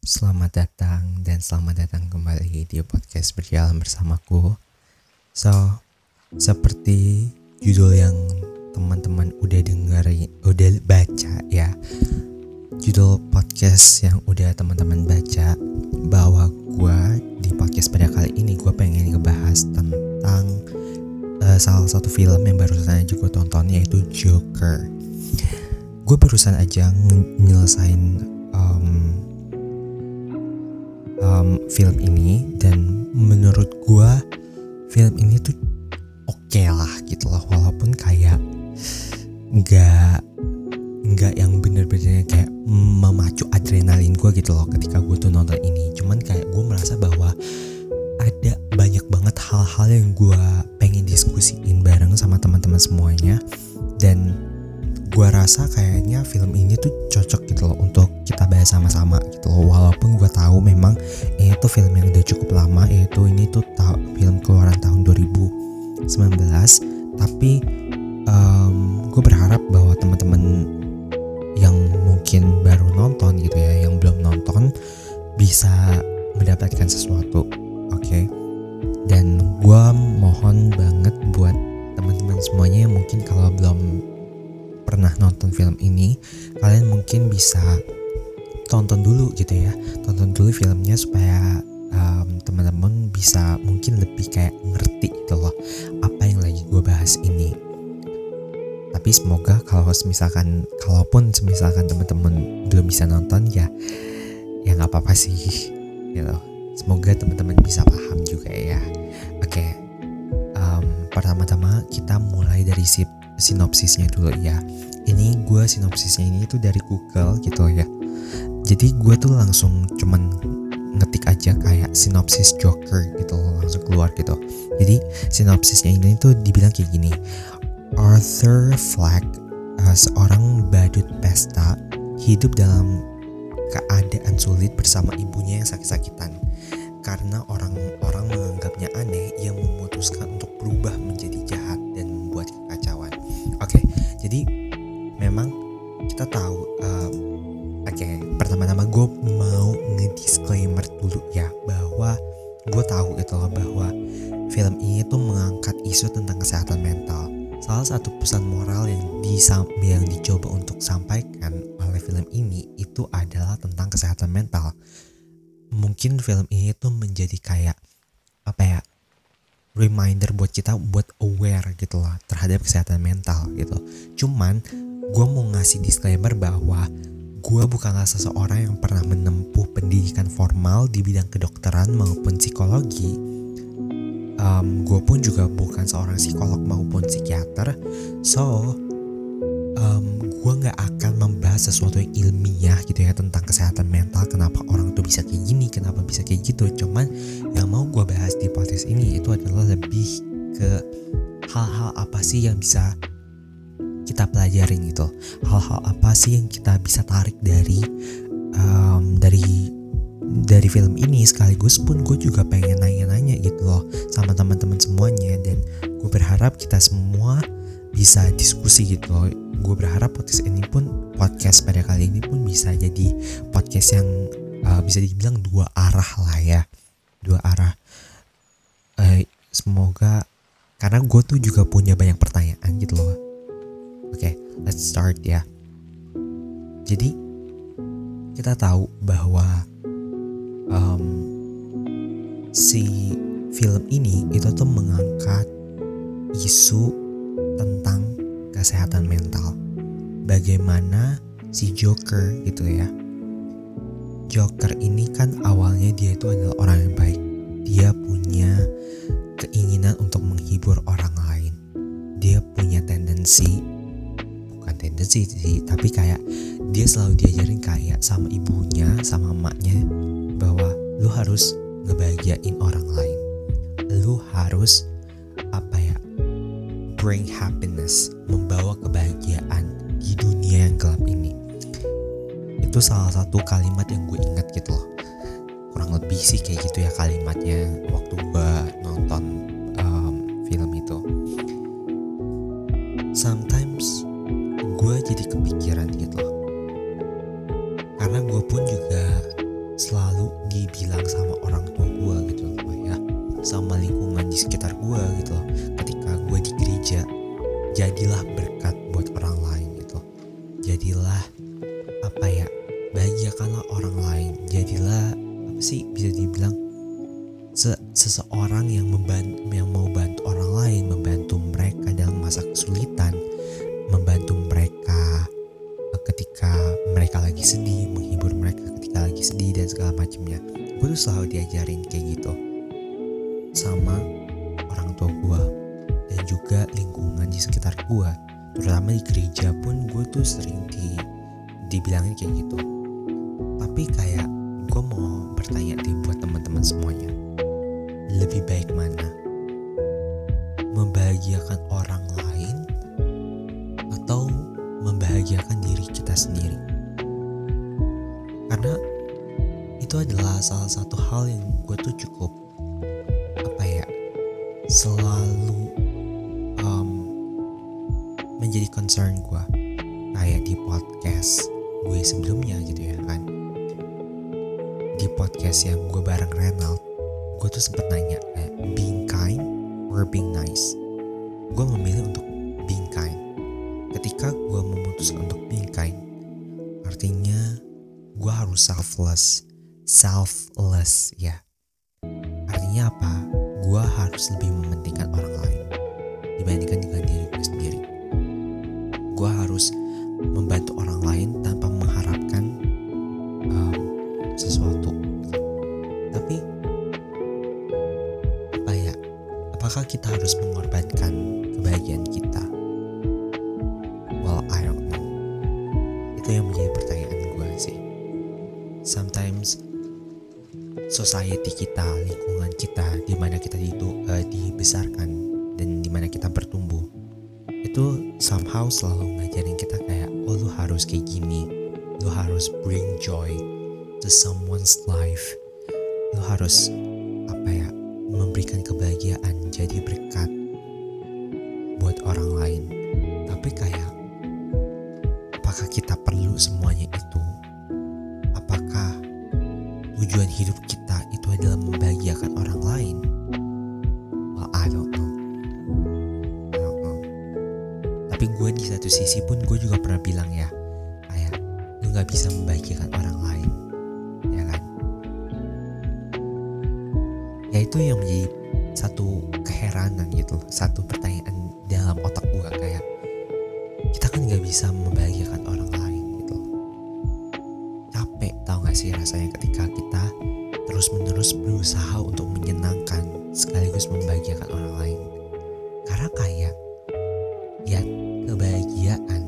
Selamat datang dan selamat datang kembali di podcast Berjalan Bersamaku. Seperti judul yang teman-teman udah dengerin, udah baca ya. Judul podcast yang udah teman-teman baca, bahwa gue di podcast pada kali ini gue pengen ngebahas tentang salah satu film yang barusan aja gue tonton, yaitu Joker. Gue barusan aja nyelesain film ini, dan menurut gue film ini tuh oke lah gitu loh, walaupun kayak nggak yang bener-bener kayak memacu adrenalin gue gitu loh ketika gue tuh nonton ini. Cuman kayak gue merasa bahwa ada banyak banget hal-hal yang gue pengen diskusiin bareng sama teman-teman semuanya, dan gue rasa kayaknya film ini tuh cocok gitu loh untuk kita bahas sama-sama gitu loh. Walaupun gue tahu memang ini tuh film yang udah cukup lama, yaitu ini tuh film keluaran tahun 2019, tapi gue berharap bahwa teman-teman yang mungkin baru nonton gitu ya, yang belum nonton, bisa mendapatkan sesuatu, oke? Dan gue mohon banget buat teman-teman semuanya yang mungkin kalau belum pernah nonton film ini, kalian mungkin bisa tonton dulu gitu ya, tonton dulu filmnya supaya teman-teman bisa mungkin lebih kayak ngerti gitu loh apa yang lagi gue bahas ini. Tapi semoga kalaupun misalkan teman-teman belum bisa nonton, ya nggak apa-apa sih gitu. Semoga teman-teman bisa paham juga ya. Oke, pertama-tama kita mulai dari sinopsisnya dulu ya. Ini gue sinopsisnya ini tuh dari Google gitu ya. Jadi gue tuh langsung cuman ngetik aja kayak sinopsis Joker gitu, langsung keluar gitu. Jadi sinopsisnya ini tuh dibilang kayak gini. Arthur Fleck, seorang badut pesta, hidup dalam keadaan sulit bersama ibunya yang sakit-sakitan. Karena orang-orang menganggapnya aneh, ia memutuskan untuk berubah menjadi jahat dan membuat kekacauan. Oke, jadi memang kita tahu. Pertama-tama gue mau nge-disclaimer dulu ya, bahwa gue tahu gitu loh bahwa film ini tuh mengangkat isu tentang kesehatan mental. Salah satu pesan moral yang dicoba untuk sampaikan oleh film ini itu adalah tentang kesehatan mental. Mungkin film ini tuh menjadi kayak reminder buat kita buat aware gitu lah terhadap kesehatan mental gitu. Cuman gue mau ngasih disclaimer bahwa gue bukanlah seseorang yang pernah menempuh pendidikan formal di bidang kedokteran maupun psikologi. Gue pun juga bukan seorang psikolog maupun psikiater. Gue gak akan membahas sesuatu yang ilmiah gitu ya tentang kesehatan mental. Kenapa orang tuh bisa kayak gini, kenapa bisa kayak gitu. Cuman yang mau gue bahas di podcast ini itu adalah lebih ke hal-hal apa sih yang bisa kita pelajarin gitu. Hal-hal apa sih yang kita bisa tarik dari film ini. Sekaligus pun gue juga pengen nanya-nanya gitu loh sama teman-teman semuanya, dan gue berharap kita semua bisa diskusi gitu loh. Gue berharap podcast pada kali ini pun bisa jadi podcast yang bisa dibilang dua arah lah ya, dua arah. Semoga, karena gue tuh juga punya banyak pertanyaan gitu loh. Oke, let's start ya. Jadi kita tahu bahwa si film ini itu tuh mengangkat isu tentang kesehatan mental. Bagaimana si Joker gitu ya. Joker ini kan awalnya dia itu adalah orang yang baik. Dia punya keinginan untuk menghibur orang lain. Dia punya bukan tendensi sih, tapi kayak dia selalu diajarin kayak sama ibunya, sama emaknya, bahwa lu harus ngebahagiain orang lain. Lu harus bring happiness, membawa kebahagiaan di dunia yang gelap ini. Itu salah satu kalimat yang gue ingat gitu loh. Kurang lebih sih kayak gitu ya kalimatnya waktu gue nonton film itu. Sometimes gue jadi kepikiran gitu loh, karena gue pun juga selalu dibilang sama orang tua gue gitu loh ya, sama lingkungan di sekitar gue gitu loh. Ketika gue di gereja, jadilah berkat buat orang lain gitu. Jadilah bahagiakanlah orang lain. Jadilah bisa dibilang seseorang yang mau bantu orang lain, membantu mereka dalam masa kesulitan, membantu mereka ketika mereka lagi sedih, menghibur mereka ketika lagi sedih dan segala macamnya. Gue tuh selalu diajarin kayak gitu sama orang tua gue dan juga lingkungan di sekitar gue, terutama di gereja pun gue tuh sering dibilangin kayak gitu. Tapi kayak gue mau bertanya deh buat teman-teman semuanya, lebih baik mana? Membahagiakan orang lain atau membahagiakan diri kita sendiri? Karena itu adalah salah satu hal yang gue tuh cukup selalu menjadi concern gue. Kayak di podcast gue sebelumnya gitu ya kan, di podcast yang gue bareng Renald, gue tuh sempet nanya kayak being kind or being nice. Gue memilih untuk being kind. Ketika gue memutuskan untuk being kind, artinya gue harus selfless ya. Artinya apa? Gue harus lebih mementingkan orang lain dibandingkan dengan diri gue sendiri. Gue harus membantu orang lain tanpa mengharapkan sesuatu. Tapi apakah kita harus mengorbankan kebahagiaan kita? Well, I don't know. Itu yang menjadi pertanyaan gue sih. Sometimes society kita, lingkungan kita, di mana kita dibesarkan dan di mana kita bertumbuh, itu somehow selalu ngajarin kita kayak, oh lu harus kayak gini, lu harus bring joy to someone's life, lu harus memberikan kebahagiaan, jadi berkat buat orang lain. Tapi kayak, apakah kita perlu semuanya itu? Apakah tujuan hidup kita itu adalah membahagiakan orang lain? Well, I don't know. Tapi gue di satu sisi pun gue juga pernah bilang ya, kayak lu gak bisa membahagiakan orang lain, ya kan? Ya itu yang menjadi satu keheranan gitu, satu pertanyaan dalam otak gue, kayak kita kan gak bisa membahagiakan orang lain gitu. Capek tau gak sih rasanya ketika kita terus-menerus berusaha untuk menyenangkan sekaligus membahagiakan orang lain. Karena kayak ya kebahagiaan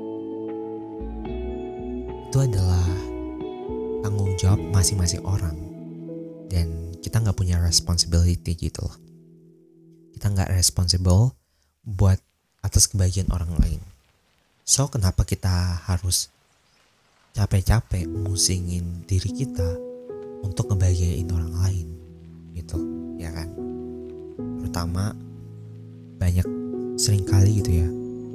itu adalah tanggung jawab masing-masing orang, dan kita gak punya responsibility gitu loh. Kita gak responsible buat atas kebahagiaan orang lain. So kenapa kita harus capek-capek musingin diri kita untuk ngebahagiain orang lain gitu, ya kan? Terutama banyak seringkali gitu ya,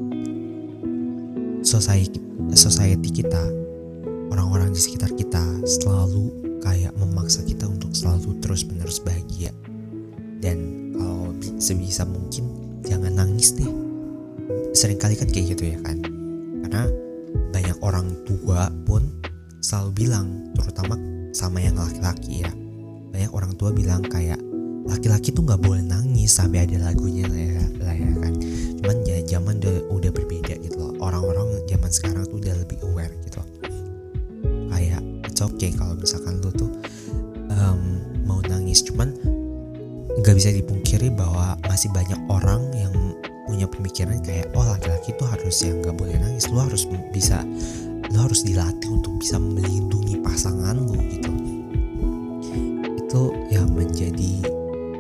society kita, orang-orang di sekitar kita selalu kayak memaksa kita untuk selalu terus-menerus bahagia. Dan kalau sebisa mungkin jangan nangis deh. Seringkali kan kayak gitu ya kan. Karena banyak orang tua pun selalu bilang, terutama sama yang laki-laki ya, banyak orang tua bilang kayak laki-laki tuh gak boleh nangis, sampai ada lagunya lah ya kan. Cuman ya zaman udah berbeda gitu loh. Orang-orang zaman sekarang tuh udah lebih aware gitu. Kayak it's okay kalau misalkan lu tuh mau nangis. Cuman gak bisa dipungkiri bahwa masih banyak orang yang punya pemikiran kayak, oh laki-laki tuh harus yang gak boleh nangis. Lu harus dilatih untuk bisa melindungi pasangan lu gitu. Itu yang menjadi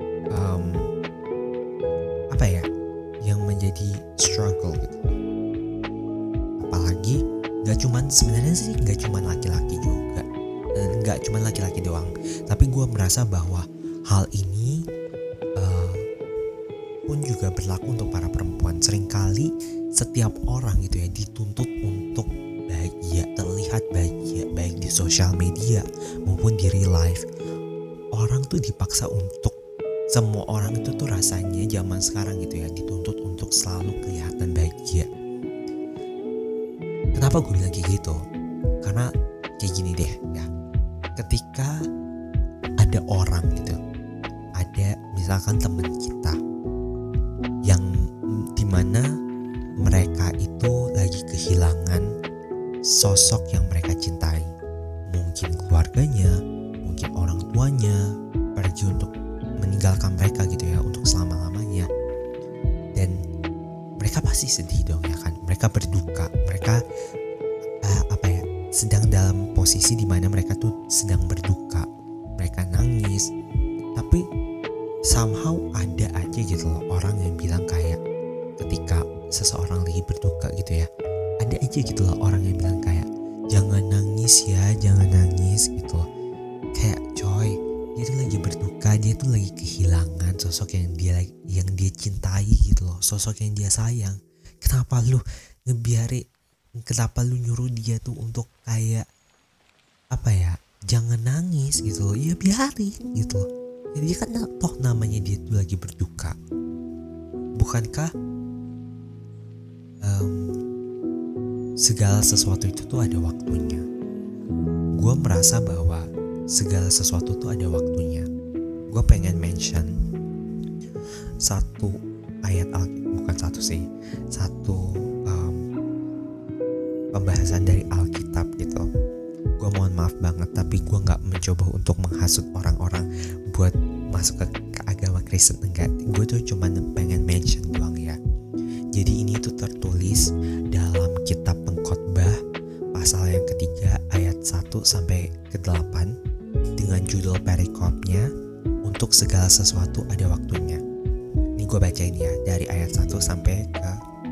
yang menjadi struggle gitu. Apalagi sebenarnya sih gak cuman laki-laki juga, gak cuman laki-laki doang. Tapi gue merasa bahwa hal ini pun juga berlaku untuk para perempuan. Seringkali setiap orang gitu ya dituntut untuk bahagia, terlihat bahagia, baik di sosial media maupun di real life. Orang tuh dipaksa untuk, semua orang itu tuh rasanya zaman sekarang gitu ya, dituntut untuk selalu kelihatan bahagia. Kenapa gue bilang kayak gitu? Karena kayak gini deh ya, ketika ada orang gitu, ada misalkan teman kita yang dimana mereka itu lagi kehilangan sosok yang mereka cintai, mungkin keluarganya, mungkin orang tuanya pergi untuk meninggalkan mereka gitu ya, untuk selama-lamanya. Dan mereka pasti sedih dong ya kan, mereka berduka, mereka sedang dalam posisi dimana mereka tuh sedang berduka, mereka nangis. Tapi somehow ada aja gitu loh orang yang bilang kayak, ketika seseorang lagi berduka gitu ya, ada aja gitu loh orang yang bilang kayak, jangan nangis ya, jangan nangis gitu loh. Kayak coy, dia tuh lagi berduka, dia tuh lagi kehilangan sosok yang dia cintai gitu loh, sosok yang dia sayang. Kenapa lu nyuruh dia tuh untuk kayak jangan nangis gitu loh, ya biarin gitu loh. Jadi kan toh namanya dia tuh lagi berduka. Bukankah segala sesuatu itu tuh ada waktunya? Gue merasa bahwa segala sesuatu tuh ada waktunya. Gue pengen mention satu ayat satu pembahasan dari Alkitab gitu. Gue mohon maaf banget, tapi gue gak mencoba untuk menghasut orang-orang buat masuk ke agama Kristen, enggak. Gue tuh cuma pengen mention doang ya. Jadi ini tuh tertulis dalam kitab Pengkhotbah pasal yang ketiga ayat 1-8 dengan judul perikopnya, untuk segala sesuatu ada waktunya. Ini gue bacain ya, dari ayat 1 sampai ke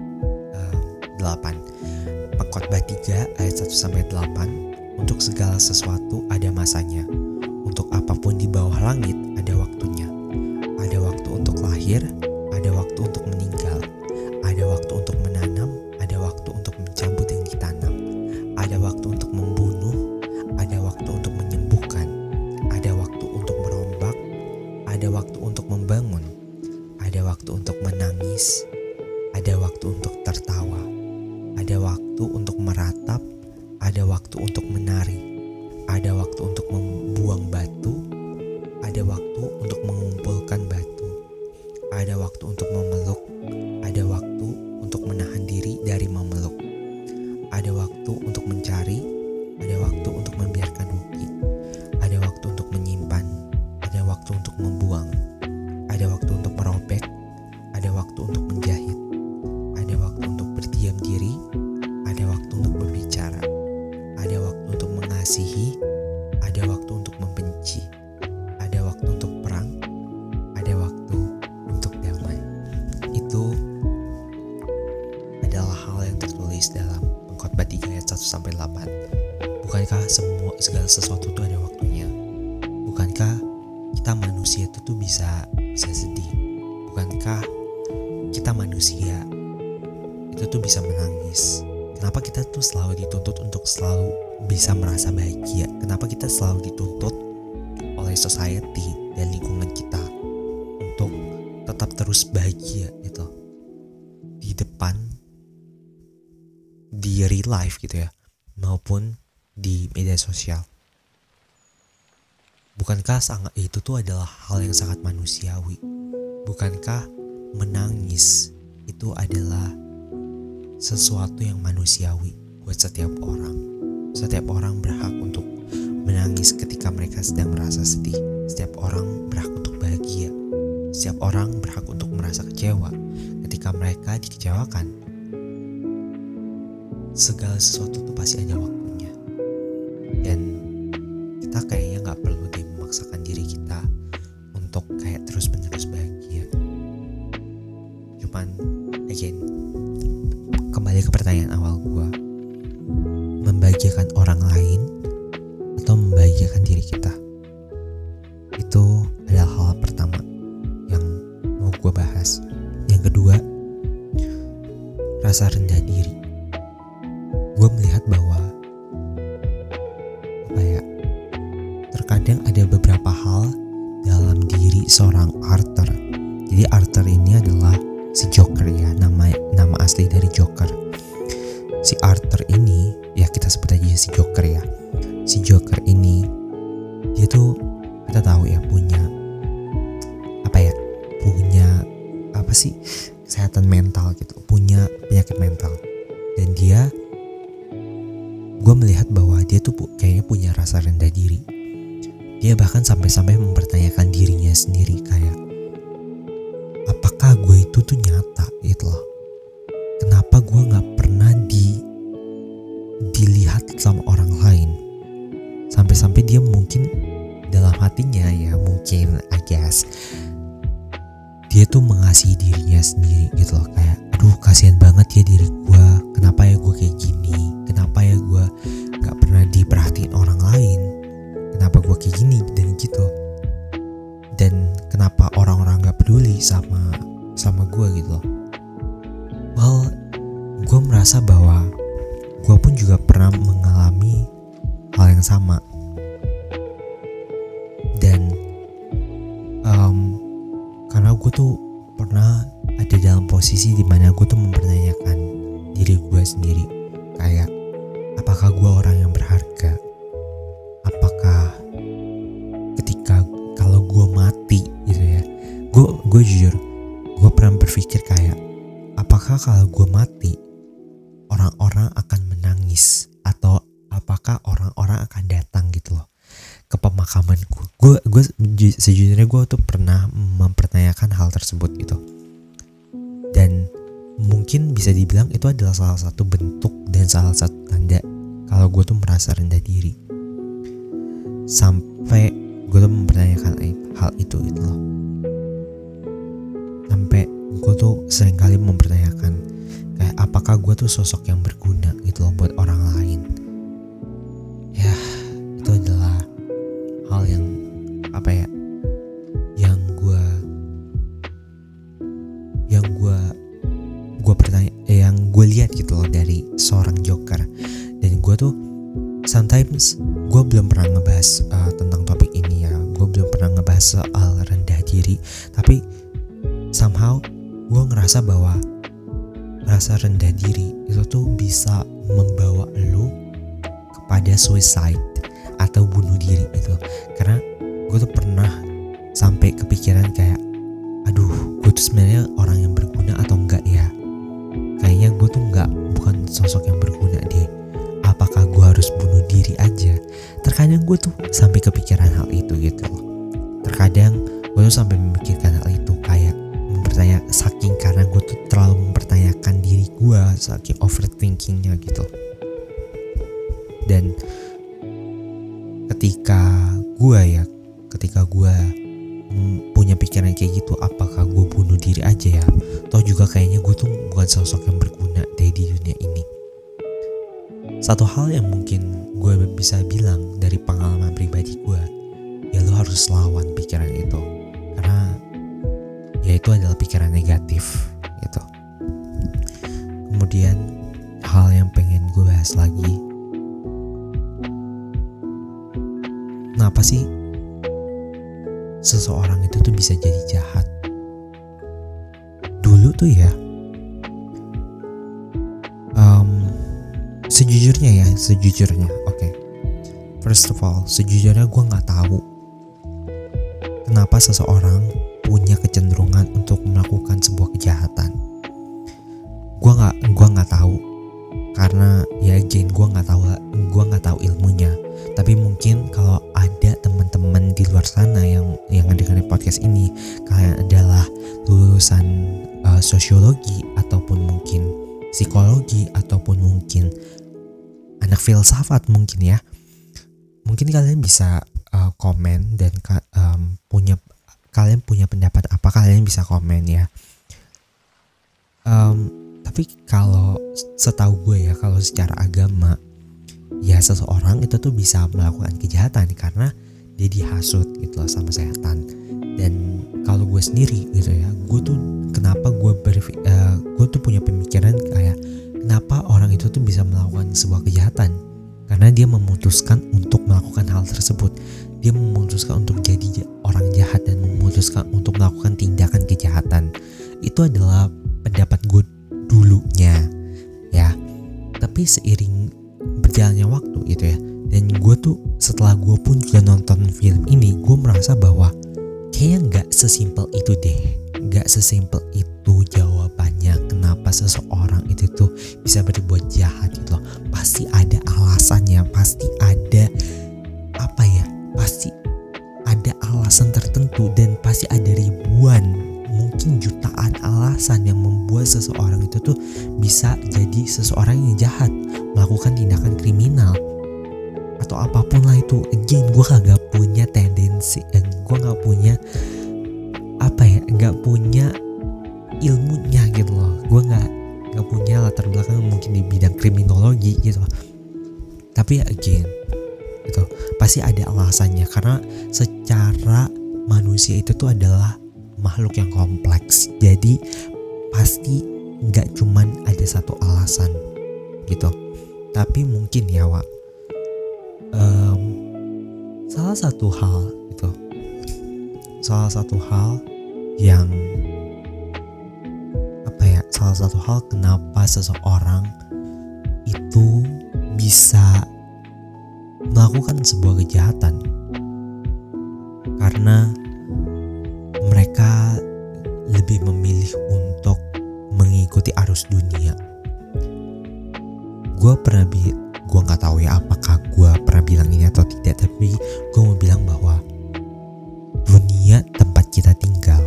8. Pengkhotbah 3 ayat 1-8. Untuk segala sesuatu ada masanya, untuk apapun di bawah langit ada waktunya. Ada waktu untuk lahir, ada waktu untuk meninggal, ada waktu untuk menanam, ada waktu untuk mencabut yang ditanam, ada waktu untuk membunuh, ada waktu untuk menyembuhkan, ada waktu untuk merombak, ada waktu untuk membangun, ada waktu untuk menangis, ada waktu untuk tertawa, ada waktu untuk meratap, ada waktu untuk menari, ada waktu untuk membuang batu, ada waktu untuk mengumpulkan batu, ada waktu untuk memeluk, ada waktu untuk menahan diri dari memeluk, ada waktu untuk mencari, ada waktu untuk membiarkan rugi, ada waktu untuk menyimpan, ada waktu untuk membuang, ada waktu untuk merobek, ada waktu untuk menjahit, ada waktu untuk berdiam diri, ada waktu untuk berbicara, ada waktu untuk mengasihi, ada waktu untuk membenci, ada waktu untuk perang, ada waktu untuk damai. Itu adalah hal yang tertulis dalam Pengkhotbah 3 ayat 1-8. Bukankah segala sesuatu itu ada waktunya? Bukankah kita manusia itu tuh bisa sedih? Bukankah kita manusia itu tuh bisa menangis? Kenapa kita tuh selalu dituntut untuk selalu bisa merasa bahagia? Kenapa kita selalu dituntut oleh society dan lingkungan kita untuk tetap terus bahagia gitu, di depan, di real life gitu ya, maupun di media sosial? Bukankah itu tuh adalah hal yang sangat manusiawi? Bukankah menangis itu adalah sesuatu yang manusiawi buat setiap orang? Setiap orang berhak untuk menangis ketika mereka sedang merasa sedih. Setiap orang berhak untuk bahagia. Setiap orang berhak untuk merasa kecewa ketika mereka dikecewakan. Segala sesuatu itu pasti ada waktunya. Dan kita kayaknya gak perlu deh memaksakan diri kita untuk kayak terus-menerus bahagia. Cuman again, kembali ke pertanyaan awal gue, membahagiakan orang lain atau membahagiakan diri kita? Itu adalah hal pertama yang mau gue bahas. Yang kedua, rasa rendah diri. Gue melihat bahwa ada beberapa hal dalam diri seorang Arthur. Jadi Arthur ini adalah si Joker ya, nama asli dari Joker. Si Arthur ini, ya kita sebut aja si Joker ya. Si Joker ini dia tuh kita tahu ya punya kesehatan mental gitu, punya penyakit mental. Dan gue melihat bahwa dia tuh kayaknya punya rasa rendah diri. Dia bahkan sampai-sampai mempertanyakan dirinya sendiri kayak, apakah gue itu tuh nyata gitu loh. Kenapa gue gak pernah dilihat sama orang lain. Sampai-sampai dia mungkin dalam hatinya ya, mungkin I guess dia tuh mengasihi dirinya sendiri gitu loh. Kayak aduh kasihan banget ya diri gue, kenapa ya gue kayak gini, kenapa ya gue gak pernah diperhatiin orang lain, kenapa gue kayak gini dan gitu, dan kenapa orang-orang gak peduli sama gue gitu loh. Well, gue merasa bahwa gue pun juga pernah mengalami hal yang sama. Dan karena gue tuh pernah ada dalam posisi dimana gue tuh mempertanyakan diri gue sendiri, kayak apakah gue orang yang berharga, apakah ketika kalau gue mati gitu ya, gue jujur gue pernah berpikir kayak apakah kalau gue mati orang-orang akan menangis, atau apakah orang-orang akan datang gitu loh ke pemakamanku. Gue sejujurnya gue tuh pernah mempertanyakan hal tersebut gitu. Dan mungkin bisa dibilang itu adalah salah satu bentuk dan salah satu tanda kalau gue tuh merasa rendah diri. Sampai gue tuh mempertanyakan hal itu gitu loh. Sampai gue tuh seringkali mempertanyakan kayak apakah gue tuh sosok yang berguna gitu loh buat orang lain. Ya, itu adalah hal yang yang gue lihat gitu loh dari seorang Joker. Dan gue tuh sometimes gue belum pernah ngebahas tentang topik ini ya, gue belum pernah ngebahas soal rendah diri, tapi somehow gue ngerasa bahwa rasa rendah diri itu tuh bisa membawa lu kepada suicide atau bunuh diri gitu. Karena gue tuh pernah sampai kepikiran kayak aduh gue tuh sebenarnya orang yang berguna atau enggak ya, kayaknya gue tuh bukan sosok yang berguna deh, apakah gue harus bunuh diri aja. Terkadang gue tuh sampai kepikiran hal itu gitu loh. Terkadang gue tuh sampai memikirkan hal itu, kayak saking karena gue tuh terlalu mempertanyakan diri gue, saking overthinkingnya gitu. Dan ketika gue punya pikiran kayak gitu, apakah gue bunuh diri aja ya, toh juga kayaknya gue tuh bukan sosok yang berguna deh di dunia ini. Satu hal yang mungkin gue bisa bilang dari pengalaman pribadi gue, ya lo harus lawan pikiran itu, karena ya itu adalah pikiran negatif gitu. Kemudian hal yang pengen gue bahas lagi, kenapa sih seseorang itu tuh bisa jadi jahat? Dulu tuh ya, sejujurnya, oke. First of all, sejujurnya gue nggak tahu kenapa seseorang punya kecenderungan untuk melakukan sebuah kejahatan. Gue nggak tahu, karena ya again gue nggak tahu ilmunya. Tapi mungkin kalau ada teman-teman di luar sana yang ngedengerin podcast ini, kalian adalah lulusan sosiologi ataupun mungkin psikologi ataupun mungkin anak filsafat mungkin ya, mungkin kalian bisa komen dan kalian punya pendapat apa, kalian bisa komen ya. Tapi kalau setahu gue ya, kalau secara agama ya seseorang itu tuh bisa melakukan kejahatan karena dia dihasut gitu loh sama setan. Dan kalau gue sendiri gitu ya, gue tuh kenapa gue tuh punya pemikiran kayak kenapa orang itu tuh bisa melakukan sebuah kejahatan, karena dia memutuskan untuk melakukan hal tersebut. Dia memutuskan memutuskan untuk jadi orang jahat dan memutuskan untuk melakukan tindakan kejahatan. Itu adalah pendapat gue dulunya ya. Tapi seiring berjalannya waktu gitu ya, dan gue tuh setelah gue pun juga nonton film ini, gue merasa bahwa kayaknya gak sesimpel itu deh. Gak sesimpel itu jawabannya kenapa seseorang itu tuh bisa berbuat jahat gitu loh. Pasti ada alasannya, pasti ada pasti ada alasan tertentu, dan pasti ada ribuan, mungkin jutaan alasan yang membuat seseorang itu tuh bisa jadi seseorang yang jahat, melakukan tindakan kriminal atau apapun lah itu. Again, gue kagak punya tendensi, gue gak punya gak punya ilmunya gitu loh. Gue gak punya latar belakang mungkin di bidang kriminologi gitu. Tapi again, gitu, pasti ada alasannya, karena secara manusia itu tuh adalah makhluk yang kompleks. Jadi pasti gak cuman ada satu alasan gitu. Tapi mungkin ya Wak, salah satu hal kenapa seseorang itu bisa melakukan sebuah kejahatan, karena mereka lebih memilih untuk mengikuti arus dunia. Gue nggak tahu ya apakah gue pernah bilang ini atau tidak, tapi gue mau bilang bahwa dunia tempat kita tinggal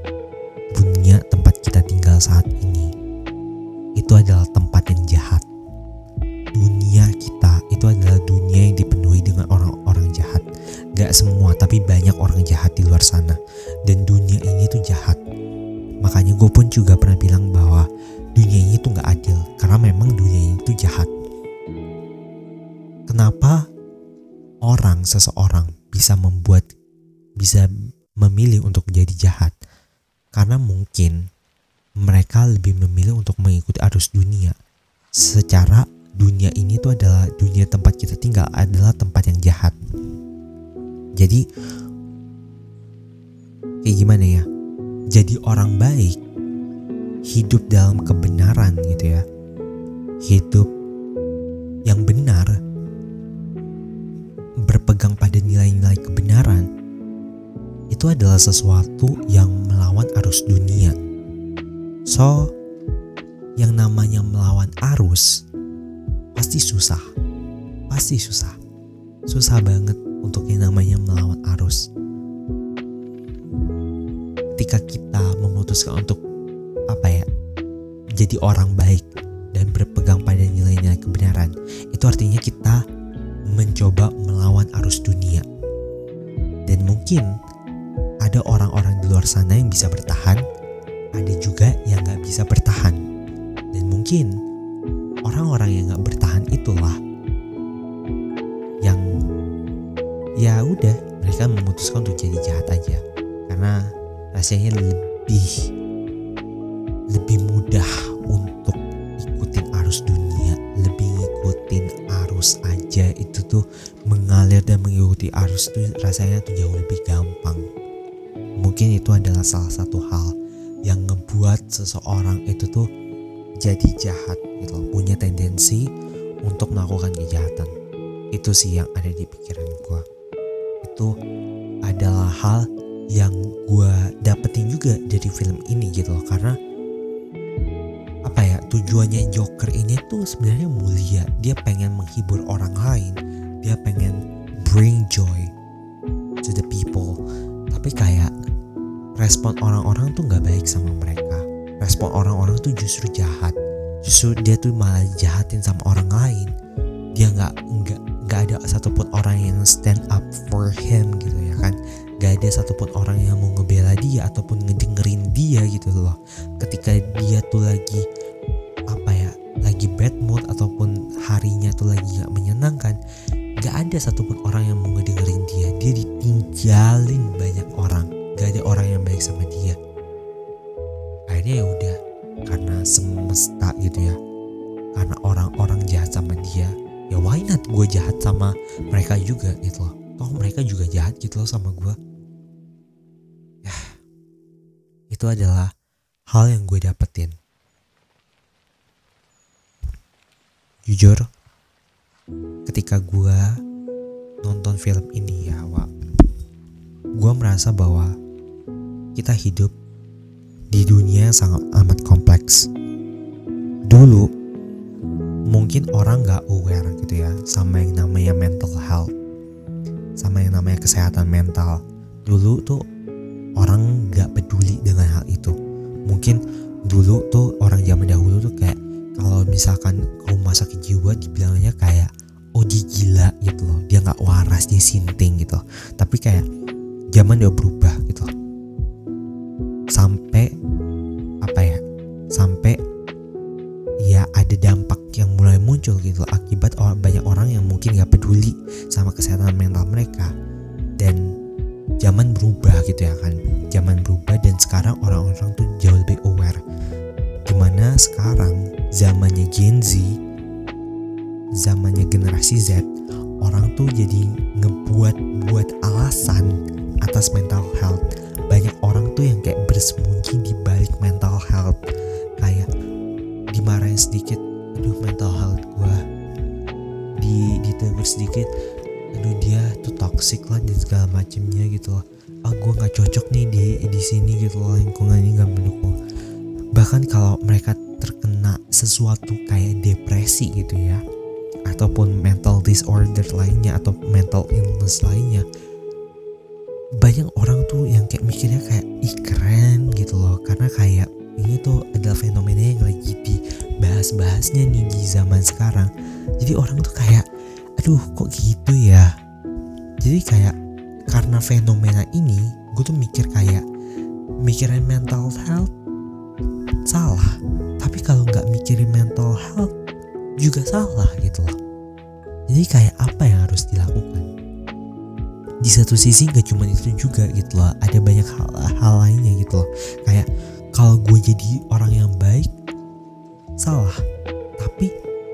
saat ini itu adalah tempat yang jahat. Dunia kita itu adalah dunia yang dipenuhi dengan orang-orang jahat. Gak semua, tapi banyak orang jahat di luar sana, dan dunia ini tuh jahat. Makanya gue pun juga pernah bilang bahwa dunia ini tuh gak adil, karena memang dunia ini tuh jahat. Kenapa seseorang bisa memilih untuk menjadi jahat? Karena mungkin mereka lebih memilih untuk mengikuti arus dunia. Secara dunia ini tuh adalah dunia tempat kita tinggal, adalah tempat yang jahat. Jadi kayak gimana ya? Jadi orang baik hidup dalam kebenaran gitu ya. Hidup yang benar, berpegang pada nilai-nilai kebenaran, itu adalah sesuatu yang melawan arus dunia. So, yang namanya melawan arus pasti susah. Susah banget untuk yang namanya melawan arus. Ketika kita memutuskan untuk jadi orang baik dan berpegang pada nilai-nilai kebenaran, itu artinya kita mencoba melawan arus dunia. Dan mungkin ada orang-orang di luar sana yang bisa bertahan, ada juga yang gak bisa bertahan. Dan mungkin orang-orang yang gak bertahan itulah yang ya udah, mereka memutuskan untuk jadi jahat aja, karena rasanya lebih mudah untuk ikutin arus dunia, lebih ngikutin arus aja. Itu tuh mengalir dan mengikuti arus tuh rasanya tuh jauh lebih gampang. Mungkin itu adalah salah satu hal yang ngebuat seseorang itu tuh jadi jahat gitu, punya tendensi untuk melakukan kejahatan. Itu sih yang ada di pikiran gue. Itu adalah hal yang gue dapetin juga dari film ini gitu loh. Karena tujuannya Joker ini tuh sebenarnya mulia. Dia pengen menghibur orang lain, dia pengen bring joy to the people. Tapi kayak respon orang-orang tuh gak baik sama mereka. Respon orang-orang tuh justru jahat. Justru dia tuh malah jahatin sama orang lain. Dia gak ada satupun orang yang stand up for him gitu ya kan. Gak ada satupun orang yang mau ngebela dia ataupun ngedengerin dia gitu loh. Ketika dia tuh lagi bad mood ataupun harinya tuh lagi gak menyenangkan, gak ada satupun orang yang mau ngedengerin dia. Dia ditinggalin banyak orang, gak ada orang yang baik sama dia. Akhirnya ya udah, karena semesta gitu ya, karena orang-orang jahat sama dia, ya why not gue jahat sama mereka juga gitu loh. toh mereka juga jahat gitu loh sama gue. Ya, itu adalah hal yang gue dapetin. Jujur, ketika gue nonton film ini ya, gue merasa bahwa kita hidup di dunia yang sangat amat kompleks. Dulu mungkin orang gak aware gitu ya sama yang namanya mental health, sama yang namanya kesehatan mental. Dulu tuh orang gak peduli dengan hal itu. Mungkin dulu tuh orang zaman dahulu tuh kayak kalau misalkan ke rumah sakit jiwa dibilangnya kayak oh dia gila gitu loh, dia gak waras, dia sinting gitu. Tapi kayak zaman udah berubah gitu. Sampai ya ada dampak yang mulai muncul gitu akibat banyak orang yang mungkin gak peduli sama kesehatan mental mereka. Dan zaman berubah gitu ya kan, zaman berubah dan sekarang orang-orang tuh jauh lebih aware. Dimana sekarang zamannya Gen Z, zamannya generasi Z, orang tuh jadi ngebuat alasan atas mental health. Banyak orang tuh yang kayak bersembunyi di balik mental health, kayak dimarahin sedikit, aduh mental health gue, ditegur sedikit, aduh dia tuh toxic lah dan segala macemnya gitu loh. Gue nggak cocok nih di sini gitu loh, lingkungan ini nggak mendukung. Bahkan kalau mereka terkena sesuatu kayak depresi gitu ya, ataupun mental disorder lainnya atau mental illness lainnya, banyak orang tuh yang kayak mikirnya kayak ih keren gitu loh, karena kayak ini tuh adalah fenomena yang lagi dibahas-bahasnya nih di zaman sekarang. Jadi orang tuh kayak aduh kok gitu ya. Jadi kayak karena fenomena ini gue tuh mikirin mental health salah, tapi kalau nggak mikirin mental health juga salah gitu loh. Jadi kayak apa yang harus dilakukan? Di satu sisi gak cuma itu juga gitu loh, ada banyak hal lainnya gitu loh. Kayak kalau gue jadi orang yang baik salah, tapi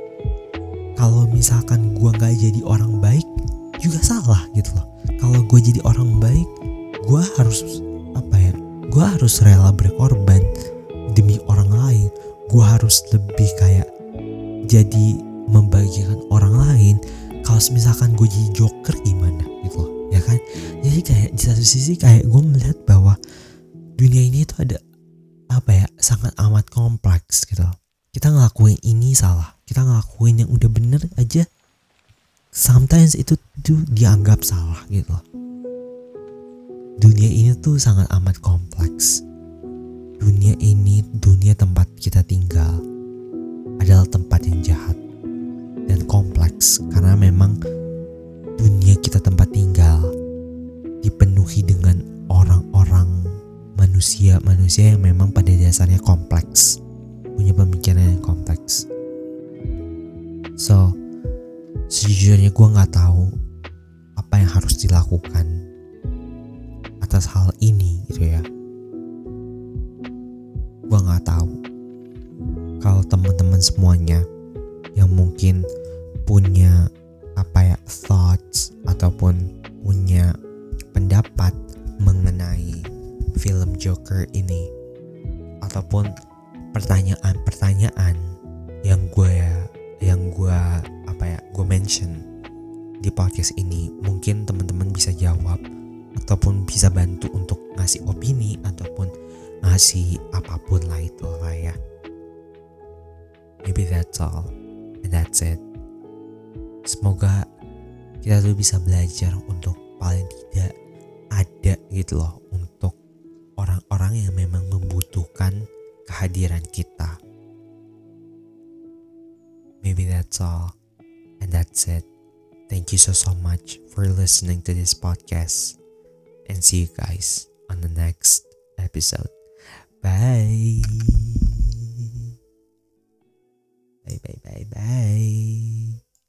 kalau misalkan gue gak jadi orang baik juga salah gitu loh. Kalau gue jadi orang baik, gue harus gue harus rela berkorban demi orang lain. Gue harus lebih kayak jadi membagikan orang lain. Kalau misalkan gue jadi joker gimana gitu loh, ya kan? Jadi kayak di satu sisi kayak gue melihat bahwa dunia ini tuh ada sangat amat kompleks gitu. Kita ngelakuin ini salah, kita ngelakuin yang udah bener aja sometimes itu tuh dianggap salah gitu loh. Dunia ini tuh sangat amat kompleks. Dunia ini, dunia tempat kita tinggal adalah tempat yang jahat dan kompleks, karena memang dunia kita tempat tinggal dipenuhi dengan orang-orang manusia yang memang pada dasarnya kompleks, punya pemikiran yang kompleks. So sejujurnya gue nggak tahu apa yang harus dilakukan atas hal ini gitu ya. Gue nggak tahu. Kalau teman-teman semuanya yang mungkin punya thoughts ataupun punya pendapat mengenai film Joker ini, ataupun pertanyaan yang gue mention di podcast ini, mungkin teman-teman bisa jawab ataupun bisa bantu untuk ngasih opini ataupun ngasih apapun lah itu lah ya. Maybe that's all and that's it. Semoga kita tuh bisa belajar untuk paling tidak ada gitu loh untuk orang-orang yang memang membutuhkan kehadiran kita. Maybe that's all and that's it. Thank you so much for listening to this podcast, and see you guys on the next episode. Bye. Bye.